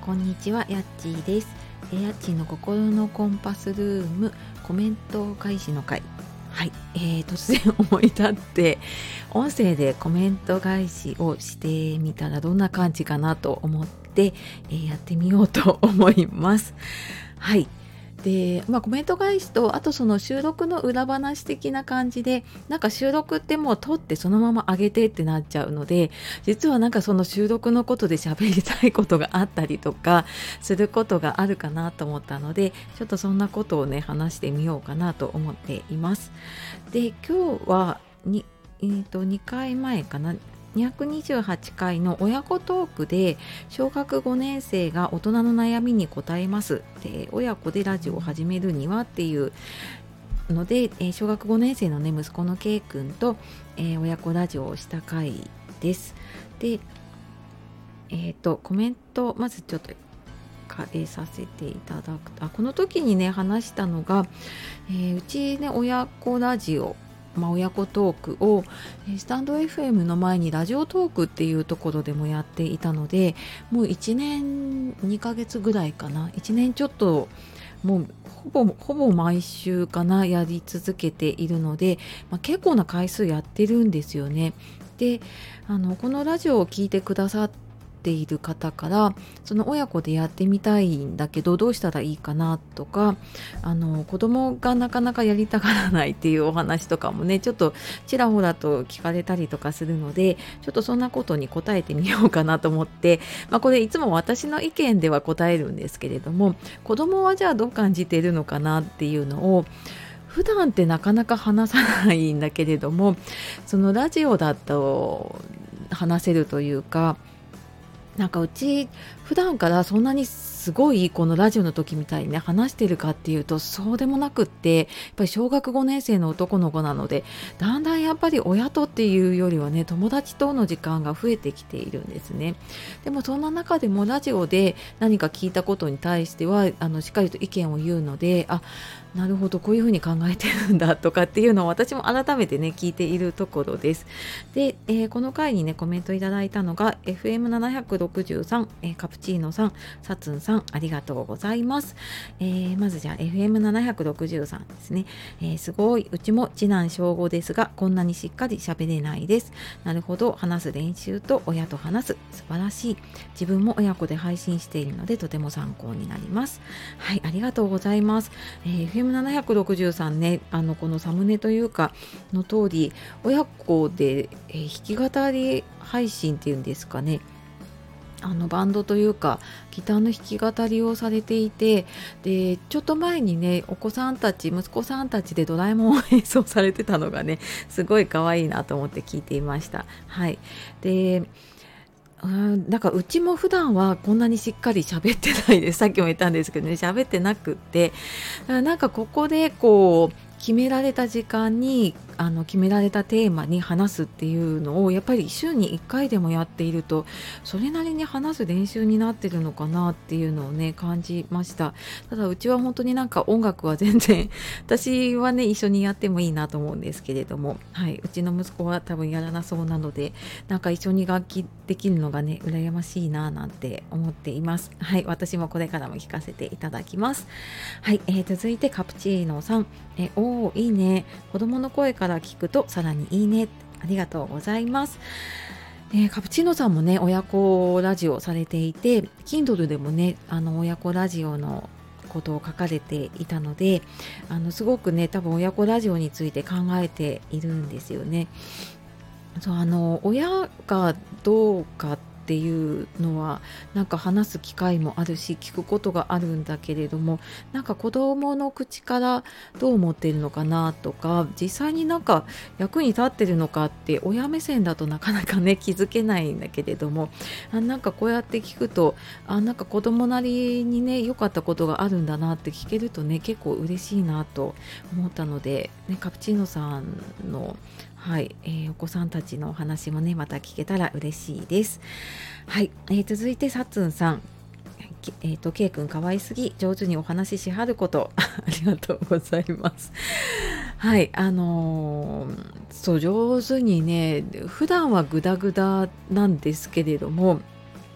こんにちは、やっちーです。やっちーの心のコンパスルームコメント返しの会。はい、突然思い立って音声でコメント返しをしてみたらどんな感じかなと思って、やってみようと思います。はい。で、コメント返しとあとその収録の裏話的な感じで、なんか収録ってもう撮ってそのまま上げてってなっちゃうので、実はなんかその収録のことで喋りたいことがあったりとかすることがあるかなと思ったので、ちょっとそんなことをね話してみようかなと思っています。で、今日は2回前かな、228回の親子トークで小学5年生が大人の悩みに答えますで、親子でラジオを始めるにはっていうので、小学5年生のね息子の K 君と、親子ラジオをした回です。で、コメントまずちょっと返させていただくと、この時にね話したのが、うちね親子ラジオ、親子トークをスタンド FM の前にラジオトークっていうところでもやっていたので、もう1年2ヶ月ぐらいかな、1年ちょっともうほぼ毎週かなやり続けているので、結構な回数やってるんですよね。で、このラジオを聞いてくださっている方から、その親子でやってみたいんだけどどうしたらいいかなとか、子供がなかなかやりたがらないっていうお話とかもねちょっとちらほらと聞かれたりとかするので、ちょっとそんなことに答えてみようかなと思って、これいつも私の意見では答えるんですけれども、子供はじゃあどう感じているのかなっていうのを普段ってなかなか話さないんだけれども、そのラジオだと話せるというか、なんかうち普段からそんなにすごいこのラジオの時みたいにね話してるかっていうとそうでもなくって、やっぱり小学5年生の男の子なので、だんだんやっぱり親とっていうよりはね友達との時間が増えてきているんですね。でもそんな中でもラジオで何か聞いたことに対してはしっかりと意見を言うので、なるほどこういうふうに考えてるんだとかっていうのを私も改めてね聞いているところです。で、この回にねコメントいただいたのが FM763、カプチーノさん、サツンさん、ありがとうございます。まずじゃあ FM763 ですね。すごい、うちも次男小5ですがこんなにしっかり喋れないです。なるほど、話す練習と親と話す、素晴らしい。自分も親子で配信しているのでとても参考になります。はい、ありがとうございます。FM763 ね、このサムネというかの通り親子で、弾き語り配信っていうんですかね、バンドというかギターの弾き語りをされていて、でちょっと前にねお子さんたち息子さんたちでドラえもんを演奏されてたのがねすごい可愛いなと思って聞いていました。はい。で、なんかうちも普段はこんなにしっかり喋ってないです。さっきも言ったんですけどね、喋ってなくって、だからなんかここでこう決められた時間に決められたテーマに話すっていうのをやっぱり週に1回でもやっているとそれなりに話す練習になってるのかなっていうのをね感じました。ただうちは本当になんか音楽は全然私はね一緒にやってもいいなと思うんですけれども、はい、うちの息子は多分やらなそうなので、なんか一緒に楽器できるのがね羨ましいななんて思っています。はい、私もこれからも聞かせていただきます。はい、続いてカプチーノさん、いいね、子供の声から聞くとさらにいいね、ありがとうございます。カプチーノさんもね親子ラジオされていて Kindle でもね親子ラジオのことを書かれていたので、すごくね多分親子ラジオについて考えているんですよね。そう、親がどうかっていうのはなんか話す機会もあるし聞くことがあるんだけれども、なんか子供の口からどう思っているのかなとか、実際になんか役に立ってるのかって親目線だとなかなかね気づけないんだけれども、なんかこうやって聞くとなんか子供なりにね良かったことがあるんだなって聞けるとね結構嬉しいなと思ったので、ね、カプチーノさんのはい、お子さんたちのお話もねまた聞けたら嬉しいです。はい、続いてサッツンさん、K 君可愛すぎ、上手にお話ししはることありがとうございます。はい、そう上手にね、普段はグダグダなんですけれども、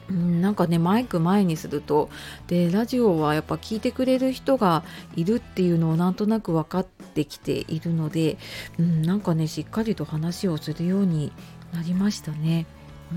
なんかね、マイク前にすると、で、ラジオはやっぱ聞いてくれる人がいるっていうのをなんとなく分かってきているので、なんかね、しっかりと話をするようになりましたね。うん。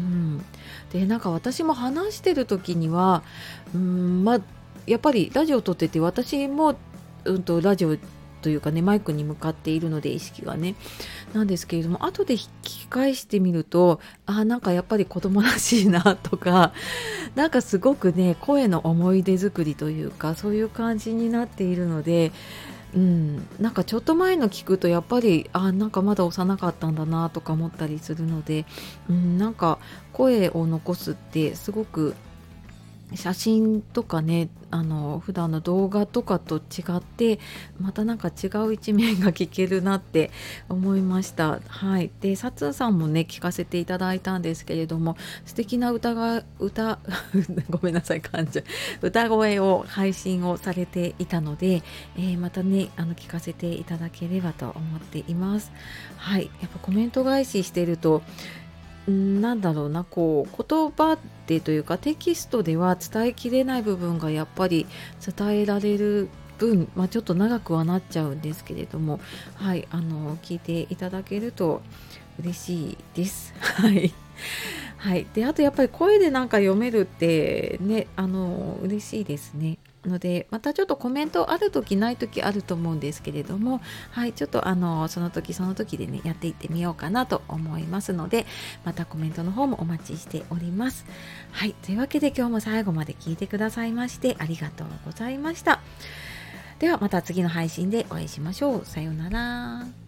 で、なんか私も話してる時には、やっぱりラジオを撮ってて、私も、ラジオというかね、マイクに向かっているので、意識がね。なんですけれども、後で聞き返してみると、なんかやっぱり子供らしいなとか、なんかすごくね、声の思い出作りというか、そういう感じになっているので、なんかちょっと前の聞くとやっぱり、なんかまだ幼かったんだなとか思ったりするので、なんか声を残すってすごく写真とかね、普段の動画とかと違って、またなんか違う一面が聞けるなって思いました。はい。で、サツンさんもね、聞かせていただいたんですけれども、素敵なごめんなさい、噛んじゃう。歌声を配信をされていたので、またね、聞かせていただければと思っています。はい。やっぱコメント返ししてると、なんだろうな、こう言葉でというかテキストでは伝えきれない部分がやっぱり伝えられる分、ちょっと長くはなっちゃうんですけれども、はい、聞いていただけると嬉しいです。はい。はい。で、あとやっぱり声でなんか読めるってね、嬉しいですね。ので、またちょっとコメントある時ない時あると思うんですけれども、はい、ちょっとその時その時でね、やっていってみようかなと思いますので、またコメントの方もお待ちしております。はい、というわけで今日も最後まで聞いてくださいましてありがとうございました。ではまた次の配信でお会いしましょう。さようなら。